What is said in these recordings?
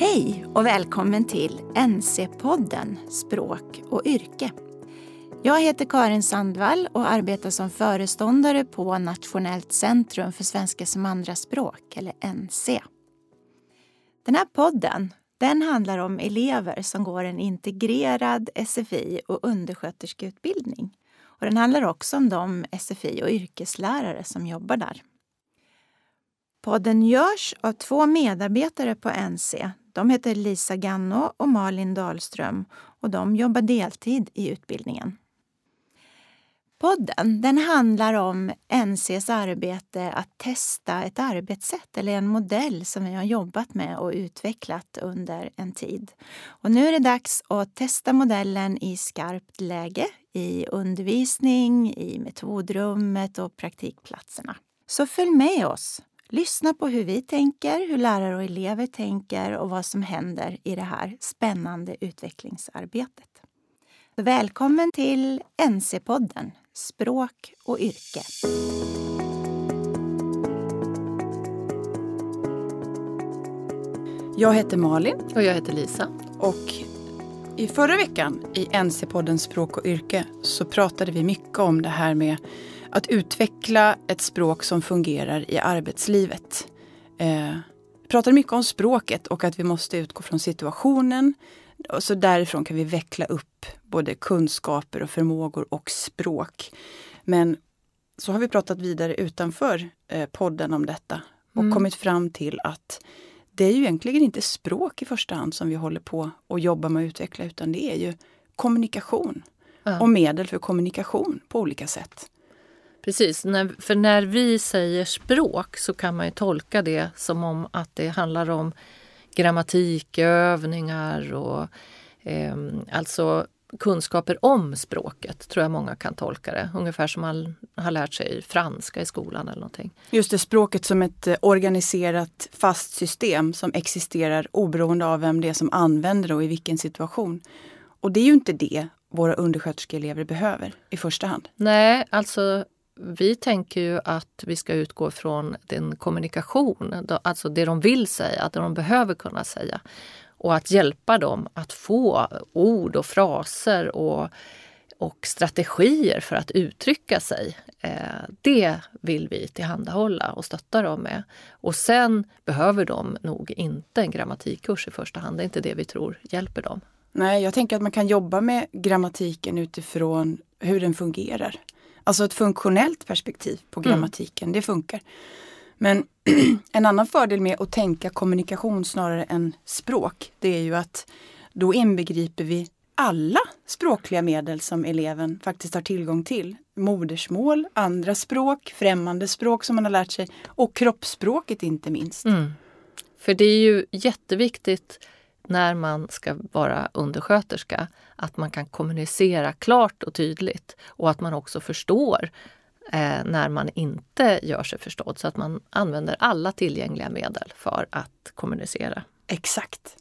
Hej och välkommen till NC-podden Språk och yrke. Jag heter Karin Sandvall och arbetar som föreståndare på Nationellt centrum för svenska som andraspråk, eller NC. Den här podden, den handlar om elever som går en integrerad SFI- och undersköterskeutbildning. Och den handlar också om de SFI- och yrkeslärare som jobbar där. Podden görs av 2 medarbetare på NC. De heter Lisa Ganno och Malin Dahlström och de jobbar deltid i utbildningen. Podden, den handlar om NCs arbete att testa ett arbetssätt eller en modell som vi har jobbat med och utvecklat under en tid. Och nu är det dags att testa modellen i skarpt läge, i undervisning, i metodrummet och praktikplatserna. Så följ med oss! Lyssna på hur vi tänker, hur lärare och elever tänker och vad som händer i det här spännande utvecklingsarbetet. Välkommen till NC-podden, Språk och yrke. Jag heter Malin. Och jag heter Lisa. Och i förra veckan i NC-podden Språk och yrke så pratade vi mycket om det här med att utveckla ett språk som fungerar i arbetslivet. Vi pratade mycket om språket och att vi måste utgå från situationen. Och så därifrån kan vi veckla upp både kunskaper och förmågor och språk. Men så har vi pratat vidare utanför podden om detta och kommit fram till att det är ju egentligen inte språk i första hand som vi håller på och jobbar med att utveckla, utan det är ju kommunikation och medel för kommunikation på olika sätt. Precis, för när vi säger språk så kan man ju tolka det som om att det handlar om grammatikövningar och alltså kunskaper om språket, tror jag många kan tolka det. Ungefär som man har lärt sig franska i skolan eller någonting. Just det, språket som ett organiserat fast system som existerar oberoende av vem det är som använder det och i vilken situation. Och det är ju inte det våra undersköterskeelever behöver i första hand. Nej, alltså vi tänker ju att vi ska utgå från den kommunikation, alltså det de vill säga, det de behöver kunna säga. Och att hjälpa dem att få ord och fraser och strategier för att uttrycka sig. Det vill vi tillhandahålla och stötta dem med. Och sen behöver de nog inte en grammatikkurs i första hand. Det är inte det vi tror hjälper dem. Nej, jag tänker att man kan jobba med grammatiken utifrån hur den fungerar. Alltså ett funktionellt perspektiv på grammatiken, det funkar. Men en annan fördel med att tänka kommunikation snarare än språk, det är ju att då inbegriper vi alla språkliga medel som eleven faktiskt har tillgång till. Modersmål, andra språk, främmande språk som man har lärt sig och kroppsspråket inte minst. För det är ju jätteviktigt när man ska vara undersköterska att man kan kommunicera klart och tydligt och att man också förstår när man inte gör sig förstådd, så att man använder alla tillgängliga medel för att kommunicera. Exakt.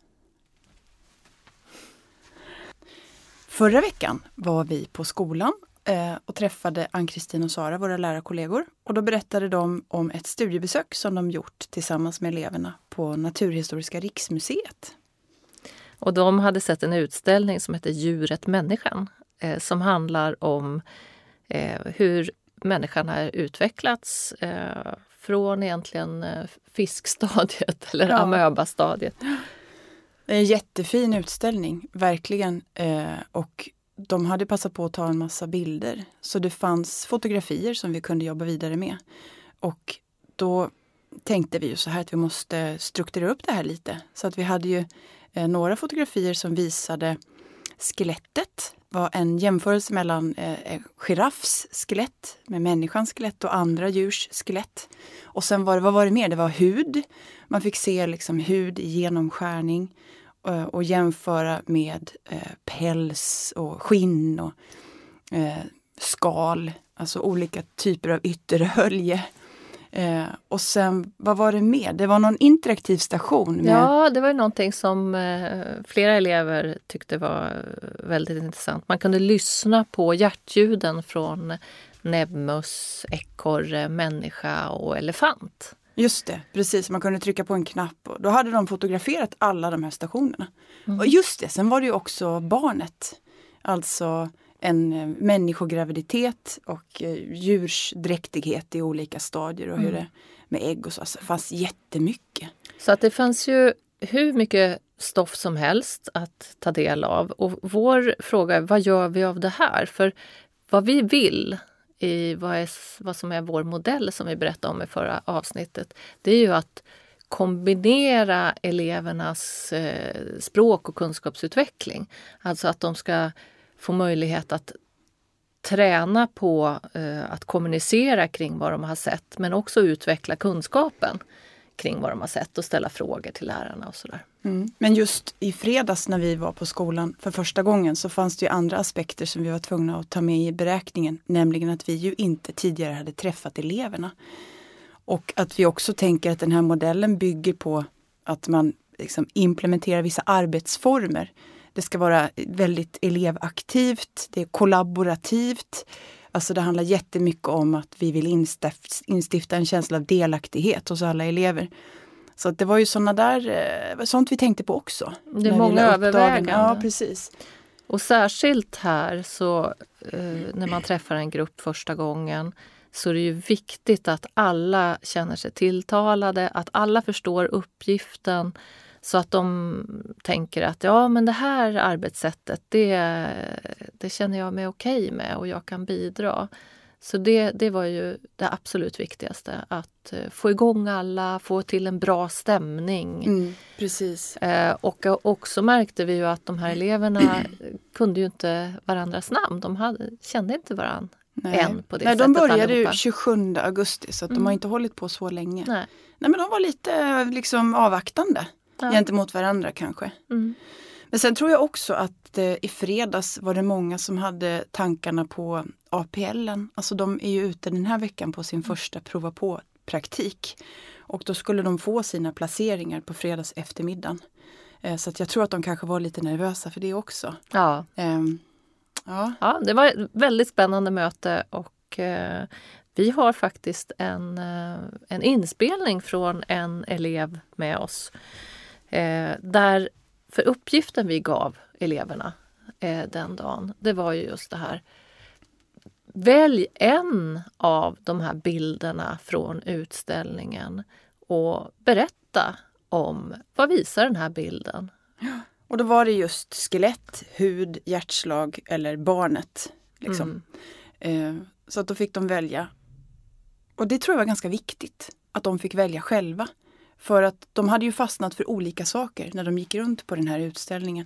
Förra veckan var vi på skolan och träffade Ann-Kristin och Sara, våra lärarkollegor. Och då berättade de om ett studiebesök som de gjort tillsammans med eleverna på Naturhistoriska riksmuseet. Och de hade sett en utställning som heter Djuret människan, som handlar om hur människan har utvecklats från egentligen fiskstadiet eller amöbastadiet. Det är en jättefin utställning, verkligen. Och de hade passat på att ta en massa bilder. Så det fanns fotografier som vi kunde jobba vidare med. Och då tänkte vi ju så här att vi måste strukturera upp det här lite. Så att vi hade ju några fotografier som visade skelettet. Var en jämförelse mellan giraffs skelett med människans skelett och andra djurs skelett. Och sen vad var det mer? Det var hud. Man fick se liksom hud i genomskärning och jämföra med päls och skinn och skal. Alltså olika typer av ytterhölje. Och sen, vad var det mer? Det var någon interaktiv station. Ja, det var ju någonting som flera elever tyckte var väldigt intressant. Man kunde lyssna på hjärtljuden från näbbmöss, ekorre, människa och elefant. Just det, precis. Man kunde trycka på en knapp och då hade de fotograferat alla de här stationerna. Och just det, sen var det ju också barnet. Alltså en människograviditet och djurs dräktighet i olika stadier och hur det med ägg och så. Alltså, det fanns jättemycket. Så att det fanns ju hur mycket stoff som helst att ta del av. Och vår fråga är, vad gör vi av det här? För vad vi vill i vad som är vår modell som vi berättade om i förra avsnittet, det är ju att kombinera elevernas språk- och kunskapsutveckling. Alltså att de ska få möjlighet att träna på att kommunicera kring vad de har sett, men också utveckla kunskapen kring vad de har sett och ställa frågor till lärarna och sådär. Men just i fredags när vi var på skolan för första gången så fanns det ju andra aspekter som vi var tvungna att ta med i beräkningen. Nämligen att vi ju inte tidigare hade träffat eleverna. Och att vi också tänker att den här modellen bygger på att man liksom implementerar vissa arbetsformer. Det ska vara väldigt elevaktivt, det är kollaborativt. Alltså det handlar jättemycket om att vi vill instifta en känsla av delaktighet hos alla elever. Så att det var ju sånt vi tänkte på också. Det är många överväganden. Ja, precis. Och särskilt här så när man träffar en grupp första gången så är det ju viktigt att alla känner sig tilltalade, att alla förstår uppgiften så att de tänker att ja, men det här arbetssättet det känner jag mig okej med och jag kan bidra. Så det var ju det absolut viktigaste, att få igång alla, få till en bra stämning. Precis. Och också märkte vi ju att de här eleverna kunde ju inte varandras namn. De kände inte varandra än på det sättet. De började ju 27 augusti så att de har inte hållit på så länge. Nej, men de var lite liksom avvaktande gentemot varandra kanske. Men sen tror jag också att i fredags var det många som hade tankarna på APL:en. Alltså de är ju ute den här veckan på sin första prova på praktik. Och då skulle de få sina placeringar på fredags eftermiddagen. Så att jag tror att de kanske var lite nervösa för det också. Ja, ja, det var ett väldigt spännande möte och vi har faktiskt en inspelning från en elev med oss. Där för uppgiften vi gav eleverna den dagen, det var ju just det här. Välj en av de här bilderna från utställningen och berätta om vad visar den här bilden. Och då var det just skelett, hud, hjärtslag eller barnet. Liksom. Så att då fick de välja. Och det tror jag var ganska viktigt, att de fick välja själva. För att de hade ju fastnat för olika saker när de gick runt på den här utställningen.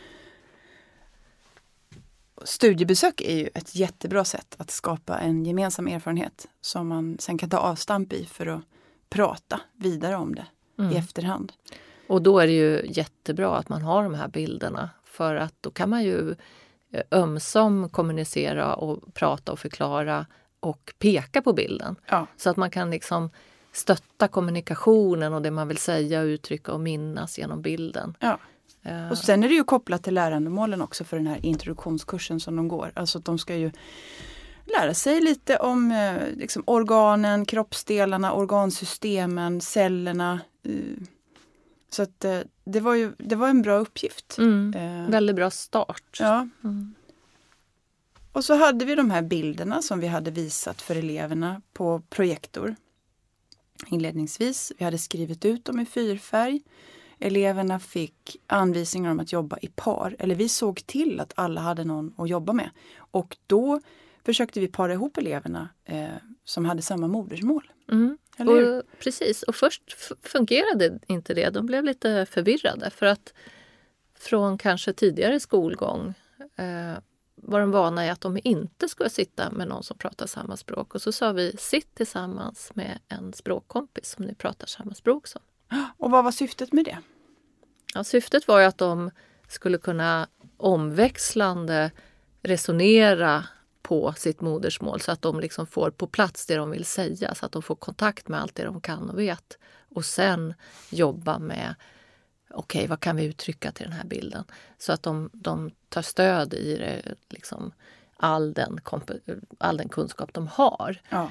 Studiebesök är ju ett jättebra sätt att skapa en gemensam erfarenhet som man sen kan ta avstamp i för att prata vidare om det i efterhand. Och då är det ju jättebra att man har de här bilderna, för att då kan man ju ömsom kommunicera och prata och förklara och peka på bilden. Ja. Så att man kan liksom stötta kommunikationen och det man vill säga, uttrycka och minnas genom bilden. Ja. Och sen är det ju kopplat till lärandemålen också för den här introduktionskursen som de går. Alltså att de ska ju lära sig lite om liksom organen, kroppsdelarna, organsystemen, cellerna. Så att det var en bra uppgift. Väldigt bra start. Ja. Och så hade vi de här bilderna som vi hade visat för eleverna på projektor. Inledningsvis, vi hade skrivit ut dem i fyrfärg. Eleverna fick anvisningar om att jobba i par. Eller vi såg till att alla hade någon att jobba med. Och då försökte vi para ihop eleverna som hade samma modersmål. Och, precis, och först fungerade inte det. De blev lite förvirrade för att från kanske tidigare skolgång var de vana i att de inte skulle sitta med någon som pratar samma språk. Och så sa vi, sitt tillsammans med en språkkompis som ni pratar samma språk som. Och vad var syftet med det? Ja, syftet var ju att de skulle kunna omväxlande resonera på sitt modersmål så att de liksom får på plats det de vill säga, så att de får kontakt med allt det de kan och vet. Och sen jobba med, okej, vad kan vi uttrycka till den här bilden? Så att de tar stöd i det, liksom, all den kunskap de har. Ja.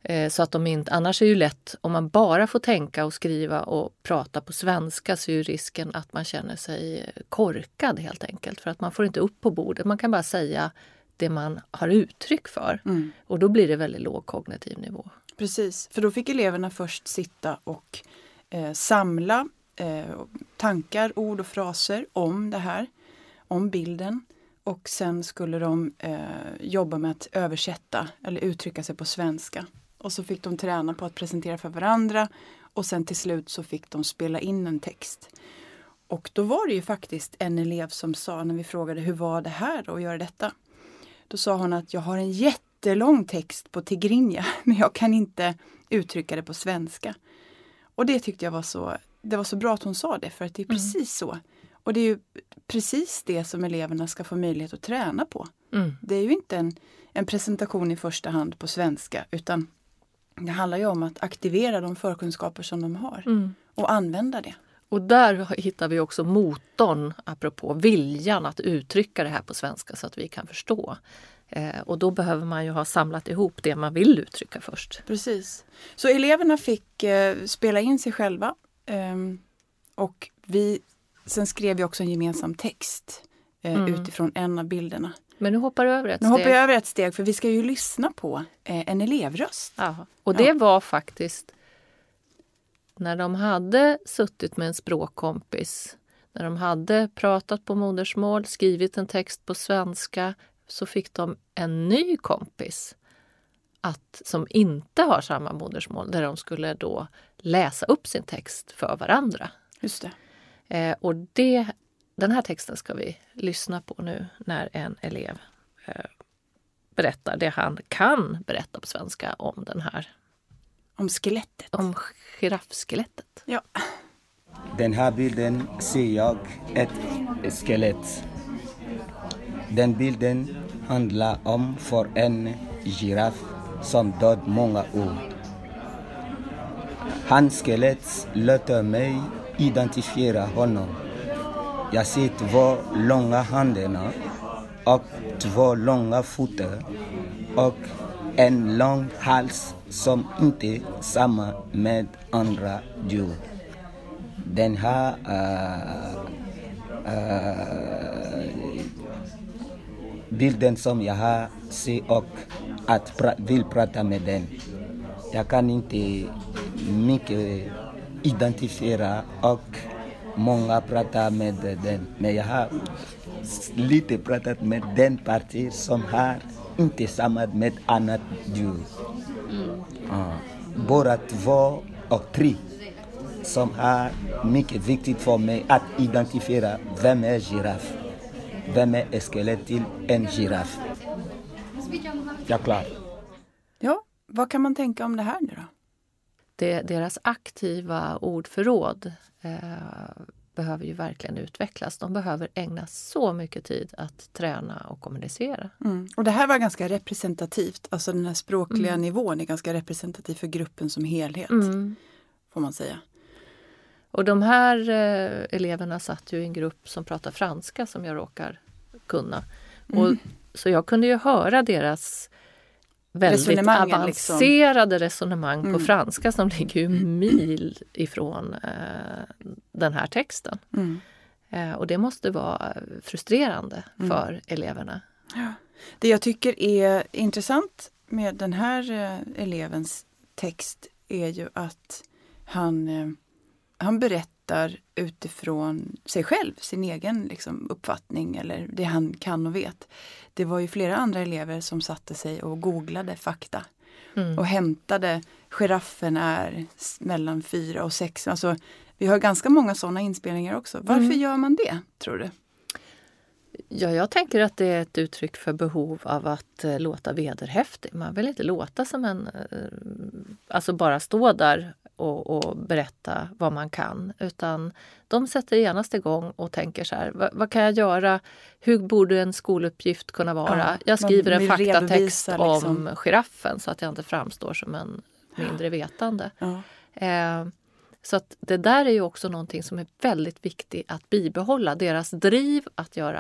Så att de inte, annars är ju lätt, om man bara får tänka och skriva och prata på svenska så är ju risken att man känner sig korkad helt enkelt. För att man får inte upp på bordet, man kan bara säga det man har uttryck för. Och då blir det väldigt låg kognitiv nivå. Precis, för då fick eleverna först sitta och samla tankar, ord och fraser om det här, om bilden. Och sen skulle de jobba med att översätta eller uttrycka sig på svenska. Och så fick de träna på att presentera för varandra och sen till slut så fick de spela in en text. Och då var det ju faktiskt en elev som sa, när vi frågade hur var det här då att göra detta? Då sa hon att jag har en jättelång text på tigrinja men jag kan inte uttrycka det på svenska. Och det tyckte jag var så bra att hon sa det, för att det är precis så. Och det är ju precis det som eleverna ska få möjlighet att träna på. Det är ju inte en presentation i första hand på svenska, utan det handlar ju om att aktivera de förkunskaper som de har och använda det. Och där hittar vi också motorn, apropå viljan att uttrycka det här på svenska så att vi kan förstå. Och då behöver man ju ha samlat ihop det man vill uttrycka först. Precis. Så eleverna fick spela in sig själva och sen skrev vi också en gemensam text utifrån en av bilderna. Men nu hoppar du över ett steg. Nu hoppar jag över ett steg, för vi ska ju lyssna på en elevröst. Ja. Och det var faktiskt när de hade suttit med en språkkompis, när de hade pratat på modersmål, skrivit en text på svenska, så fick de en ny kompis som inte har samma modersmål, där de skulle då läsa upp sin text för varandra. Just det. Och den här texten ska vi lyssna på nu när en elev berättar det han kan berätta på svenska om den här. Om skelettet. Om giraffskelettet. Ja. Den här bilden ser jag ett skelett. Den bilden handlar om för en giraff som död många år. Hans skelett låter mig identifiera honom. Jag ser 2 långa händerna och 2 långa fötter och en lång hals som inte är samma med andra djur. Den här bilden som jag har ser och att vill prata med den. Jag kan inte mycket identifiera och många pratar med den. Men jag har lite pratat med den parti som har inte samma med annat djur. Bara 2 och 3 som är mycket viktigt för mig att identifiera vem är giraff. Vem är skelett till en giraff? Jag är klar. Ja, vad kan man tänka om det här nu då? Deras aktiva ordförråd behöver ju verkligen utvecklas. De behöver ägna så mycket tid att träna och kommunicera. Och det här var ganska representativt. Alltså den här språkliga nivån är ganska representativ för gruppen som helhet. Får man säga. Och de här eleverna satt ju i en grupp som pratar franska som jag råkar kunna. Och, så jag kunde ju höra deras väldigt avancerade resonemang på franska som ligger ju mil ifrån den här texten. Och det måste vara frustrerande för eleverna. Ja. Det jag tycker är intressant med den här elevens text är ju att han berättar utifrån sig själv, sin egen liksom, uppfattning eller det han kan och vet. Det var ju flera andra elever som satte sig och googlade fakta och hämtade giraffen är mellan 4 och 6. Alltså, vi har ganska många sådana inspelningar också. Varför gör man det, tror du? Ja, jag tänker att det är ett uttryck för behov av att låta vederhäftig. Man vill inte låta som en, alltså bara stå där och berätta vad man kan. Utan de sätter genast igång och tänker så här, vad kan jag göra? Hur borde en skoluppgift kunna vara? Ja, jag skriver en faktatext liksom om giraffen så att jag inte framstår som en mindre vetande. Ja. Så att det där är ju också någonting som är väldigt viktigt att bibehålla. Deras driv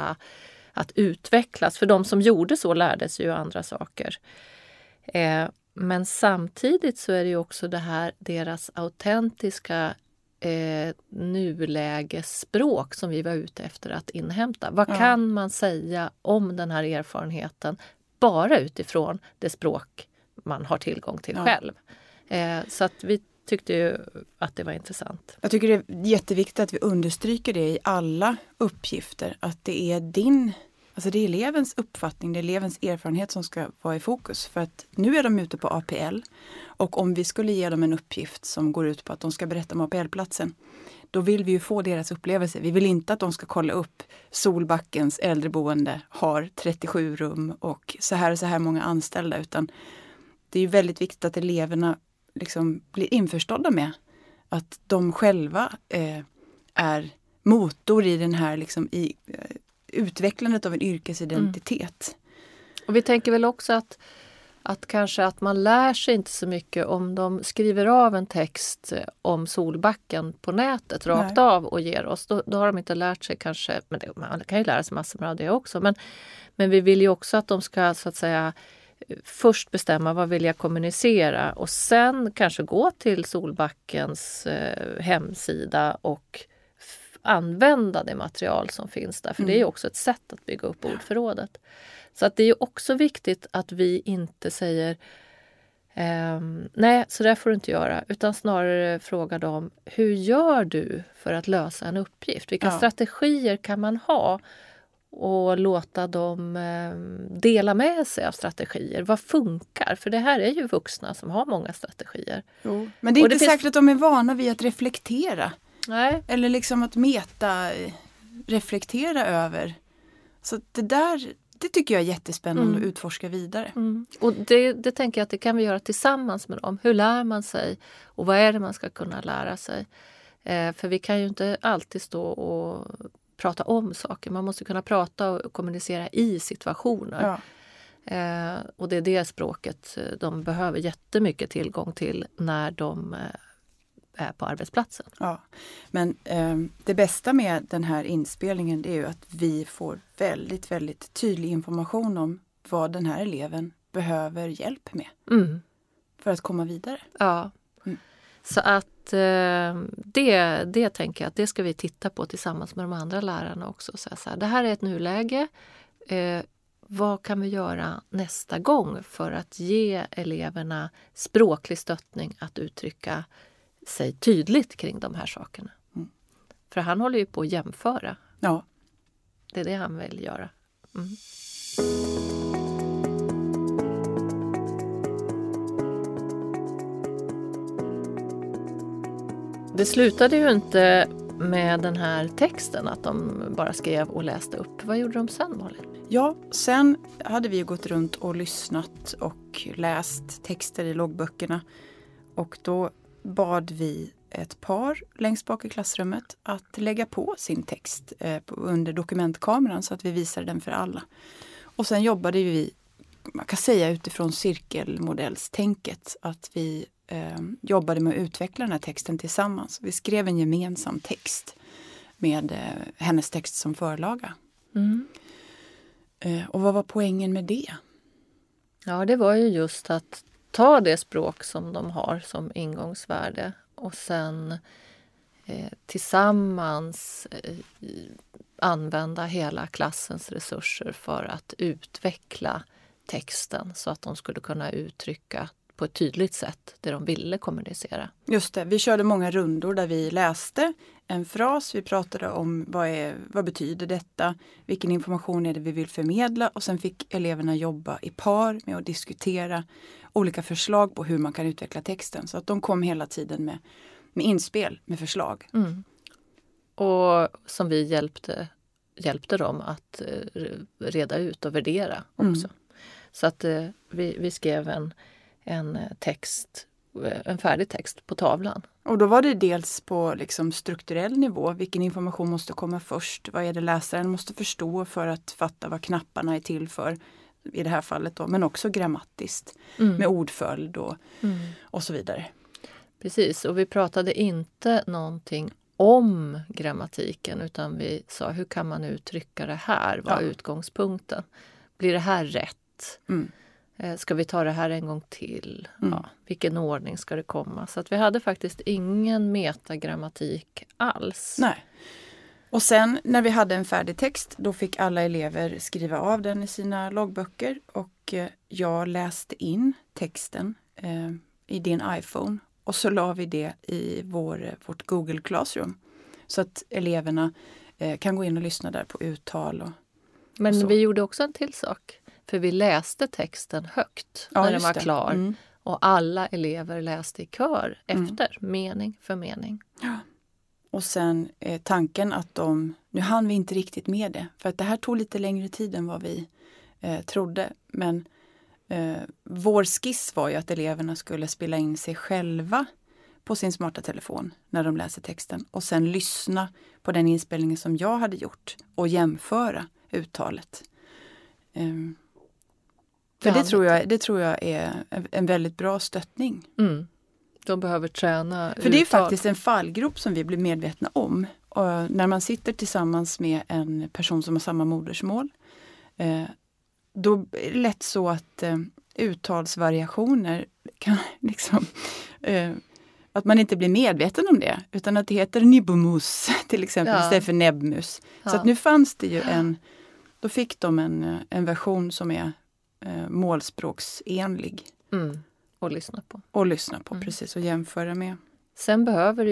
att utvecklas. För de som gjorde så lärde sig ju andra saker. Men samtidigt så är det ju också det här deras autentiska nulägesspråk som vi var ute efter att inhämta. Vad kan man säga om den här erfarenheten bara utifrån det språk man har tillgång till själv? Så att vi tyckte ju att det var intressant. Jag tycker det är jätteviktigt att vi understryker det i alla uppgifter. Att det är det är elevens uppfattning, det är elevens erfarenhet som ska vara i fokus. För att nu är de ute på APL och om vi skulle ge dem en uppgift som går ut på att de ska berätta om APL-platsen, då vill vi ju få deras upplevelse. Vi vill inte att de ska kolla upp Solbackens äldreboende har 37 rum och så här många anställda, utan det är ju väldigt viktigt att eleverna liksom blir införstådda med att de själva är motor i den här i utvecklandet av en yrkesidentitet. Och vi tänker väl också att kanske att man lär sig inte så mycket om de skriver av en text om Solbacken på nätet rakt av och ger oss. Då har de inte lärt sig kanske, men man kan ju lära sig massor av det också. Men vi vill ju också att de ska så att säga först bestämma vad vill jag kommunicera och sen kanske gå till Solbackens hemsida och använda det material som finns där. För det är ju också ett sätt att bygga upp ordförrådet. Så att det är ju också viktigt att vi inte säger nej, så där får du inte göra. Utan snarare fråga dem, hur gör du för att lösa en uppgift? Vilka strategier kan man ha? Och låta dem dela med sig av strategier. Vad funkar? För det här är ju vuxna som har många strategier. Jo. Men det är inte säkert att de är vana vid att reflektera. Nej. Eller liksom att reflektera över. Så det tycker jag är jättespännande att utforska vidare. Och det tänker jag att det kan vi göra tillsammans med dem. Hur lär man sig? Och vad är det man ska kunna lära sig? För vi kan ju inte alltid stå och prata om saker. Man måste kunna prata och kommunicera i situationer. Och det är det språket de behöver jättemycket tillgång till när de är på arbetsplatsen. Ja, men det bästa med den här inspelningen, det är ju att vi får väldigt, väldigt tydlig information om vad den här eleven behöver hjälp med för att komma vidare. Ja, så att det tänker jag att det ska vi titta på tillsammans med de andra lärarna också. Så här, det här är ett nuläge. Vad kan vi göra nästa gång för att ge eleverna språklig stöttning att uttrycka sig tydligt kring de här sakerna. För han håller ju på att jämföra. Ja. Det är det han vill göra. Det slutade ju inte med den här texten att de bara skrev och läste upp. Vad gjorde de sen, Malin? Ja, sen hade vi gått runt och lyssnat och läst texter i loggböckerna. Och då bad vi ett par längst bak i klassrummet att lägga på sin text under dokumentkameran så att vi visade den för alla. Och sen jobbade vi, man kan säga utifrån cirkelmodellstänket, att vi jobbade med att utveckla den här texten tillsammans. Vi skrev en gemensam text med hennes text som förlaga. Och vad var poängen med det? Ja, det var ju just att ta det språk som de har som ingångsvärde och sen tillsammans använda hela klassens resurser för att utveckla texten så att de skulle kunna uttrycka på ett tydligt sätt det de ville kommunicera. Just det, vi körde många rundor där vi läste en fras, vi pratade om vad betyder detta, vilken information är det vi vill förmedla och sen fick eleverna jobba i par med att diskutera olika förslag på hur man kan utveckla texten. Så att de kom hela tiden med inspel, med förslag. Och som vi hjälpte dem att reda ut och värdera också. Så att vi skrev en text, en färdig text på tavlan. Och då var det dels på liksom strukturell nivå, vilken information måste komma först, vad är det läsaren måste förstå för att fatta vad knapparna är till för i det här fallet då, men också grammatiskt med ordföljd och så vidare. Precis, och vi pratade inte någonting om grammatiken utan vi sa hur kan man uttrycka det här, vad är utgångspunkten? Blir det här rätt? Ska vi ta det här en gång till? Ja, vilken ordning ska det komma? Så att vi hade faktiskt ingen metagrammatik alls. Nej. Och sen när vi hade en färdig text, då fick alla elever skriva av den i sina loggböcker. Och jag läste in texten i din iPhone. Och så la vi det i vårt Google Classroom. Så att eleverna kan gå in och lyssna där på uttal. Men vi gjorde också en till sak. För vi läste texten högt när den var klar. Och alla elever läste i kör efter, mening för mening. Ja. Och sen tanken att nu hann vi inte riktigt med det. För att det här tog lite längre tid än vad vi trodde. Men vår skiss var ju att eleverna skulle spela in sig själva på sin smarta telefon när de läser texten. Och sen lyssna på den inspelningen som jag hade gjort och jämföra uttalet. För det tror jag är en väldigt bra stöttning. De behöver träna För det är faktiskt en fallgrop som vi blir medvetna om. Och när man sitter tillsammans med en person som har samma modersmål, då är det lätt så att uttalsvariationer kan liksom... att man inte blir medveten om det, utan att det heter nibbumus till exempel istället för näbbmus. Så att nu fanns det ju då fick de en version som är målspråksenlig. Och lyssna på. Precis, och jämföra med. Sen behöver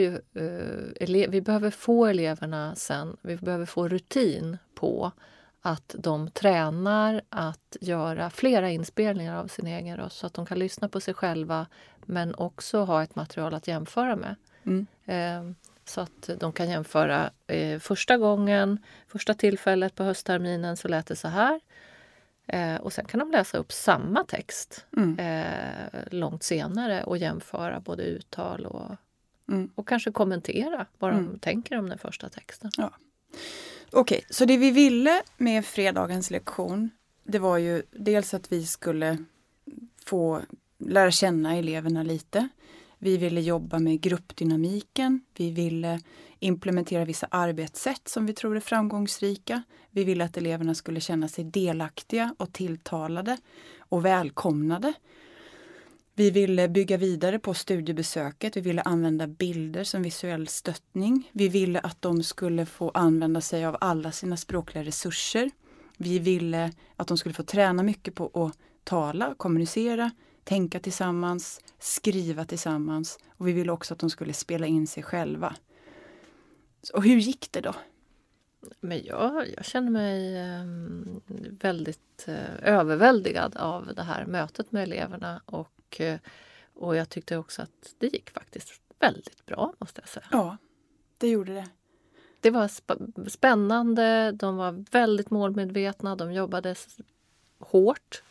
vi behöver få eleverna vi behöver få rutin på att de tränar att göra flera inspelningar av sin egen röst så att de kan lyssna på sig själva men också ha ett material att jämföra med. Så att de kan jämföra första tillfället på höstterminen så lät det så här. Och sen kan de läsa upp samma text långt senare och jämföra både uttal och kanske kommentera vad de tänker om den första texten. Ja. Okej, så det vi ville med fredagens lektion, det var ju dels att vi skulle få lära känna eleverna lite. Vi ville jobba med gruppdynamiken. Vi ville implementera vissa arbetssätt som vi tror är framgångsrika. Vi ville att eleverna skulle känna sig delaktiga och tilltalade och välkomnade. Vi ville bygga vidare på studiebesöket. Vi ville använda bilder som visuell stöttning. Vi ville att de skulle få använda sig av alla sina språkliga resurser. Vi ville att de skulle få träna mycket på att tala, kommunicera, tänka tillsammans, skriva tillsammans. Och vi ville också att de skulle spela in sig själva. Och hur gick det då? Men jag känner mig väldigt överväldigad av det här mötet med eleverna. Och jag tyckte också att det gick faktiskt väldigt bra, måste jag säga. Ja, det gjorde det. Det var spännande, de var väldigt målmedvetna, de jobbade hårt.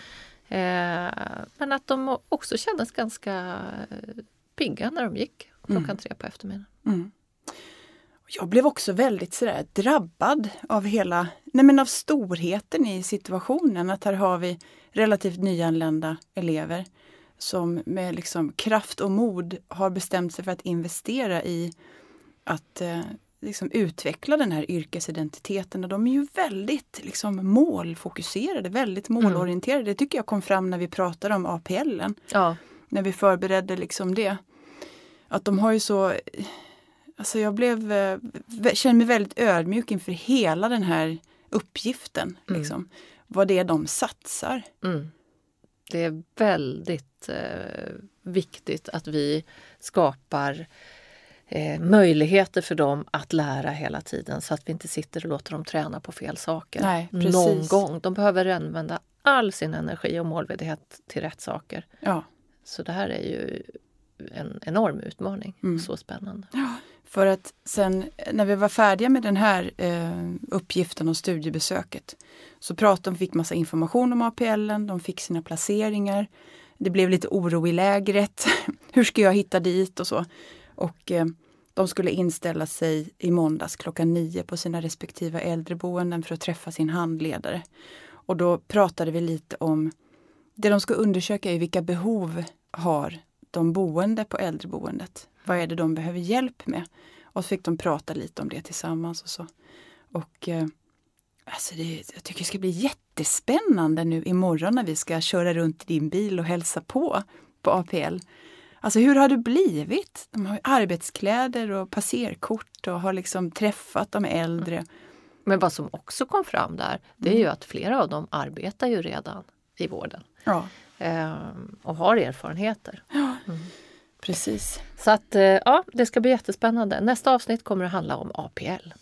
Men att de också kändes ganska pigga när de gick klockan 3 på eftermiddagen. Jag blev också väldigt drabbad av av storheten i situationen. Att här har vi relativt nyanlända elever som med kraft och mod har bestämt sig för att investera i att utveckla den här yrkesidentiteten. Och de är ju väldigt målfokuserade, väldigt målorienterade. Det tycker jag kom fram när vi pratade om APL:en. Ja. När vi förberedde det. Att de har ju så... Alltså jag kände mig väldigt ödmjuk inför hela den här uppgiften. Vad det är de satsar. Det är väldigt viktigt att vi skapar möjligheter för dem att lära hela tiden. Så att vi inte sitter och låter dem träna på fel saker. Nej, precis. Någon gång. De behöver använda all sin energi och målvedlighet till rätt saker. Ja. Så det här är ju en enorm utmaning. Så spännande. Ja. För att sen när vi var färdiga med den här uppgiften och studiebesöket så fick massa information om APL:en, de fick sina placeringar. Det blev lite oro i lägret. Hur ska jag hitta dit och så. Och de skulle inställa sig i måndags klockan 9 på sina respektive äldreboenden för att träffa sin handledare. Och då pratade vi lite om, det de ska undersöka är vilka behov har de boende på äldreboendet. Vad är det de behöver hjälp med? Och så fick de prata lite om det tillsammans och så. Och Alltså jag tycker det ska bli jättespännande nu imorgon när vi ska köra runt i din bil och hälsa på APL. Alltså hur har det blivit? De har arbetskläder och passerkort och har liksom träffat de äldre. Men vad som också kom fram där, det är ju att flera av dem arbetar ju redan i vården. Ja. Och har erfarenheter. Ja, precis. Så att det ska bli jättespännande. Nästa avsnitt kommer att handla om APL.